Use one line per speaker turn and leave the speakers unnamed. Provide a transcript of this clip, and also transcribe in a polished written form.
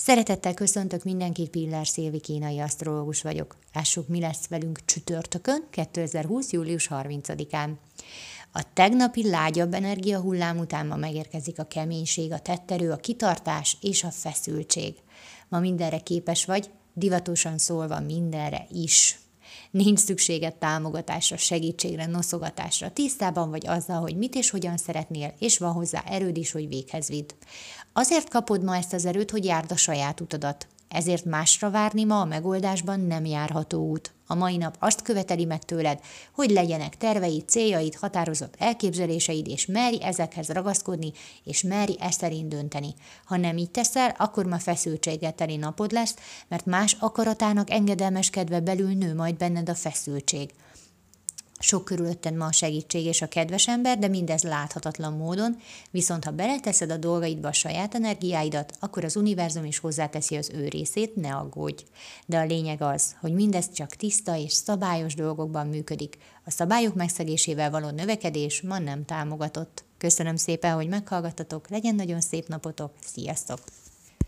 Szeretettel köszöntök mindenkit, Pillár Szilvi kínai asztrológus vagyok. Lássuk, mi lesz velünk csütörtökön, 2020. július 30-án. A tegnapi lágyabb energiahullám után ma megérkezik a keménység, a tetterő, a kitartás és a feszültség. Ma mindenre képes vagy, divatosan szólva mindenre is. Nincs szükséged támogatásra, segítségre, noszogatásra. Tisztában vagy azzal, hogy mit és hogyan szeretnél, és van hozzá erőd is, hogy véghez vidd. Azért kapod ma ezt az erőt, hogy járd a saját utadat. Ezért másra várni ma a megoldásban nem járható út. A mai nap azt követeli meg tőled, hogy legyenek terveid, céljaid, határozott elképzeléseid, és merj ezekhez ragaszkodni, és merj e szerint dönteni. Ha nem így teszel, akkor ma feszültséggel teli napod lesz, mert más akaratának engedelmeskedve belül nő majd benned a feszültség. Sok körülötted ma a segítség és a kedves ember, de mindez láthatatlan módon, viszont ha beleteszed a dolgaidba a saját energiáidat, akkor az univerzum is hozzáteszi az ő részét, ne aggódj. De a lényeg az, hogy mindez csak tiszta és szabályos dolgokban működik. A szabályok megszegésével való növekedés ma nem támogatott. Köszönöm szépen, hogy meghallgattatok, legyen nagyon szép napotok, sziasztok!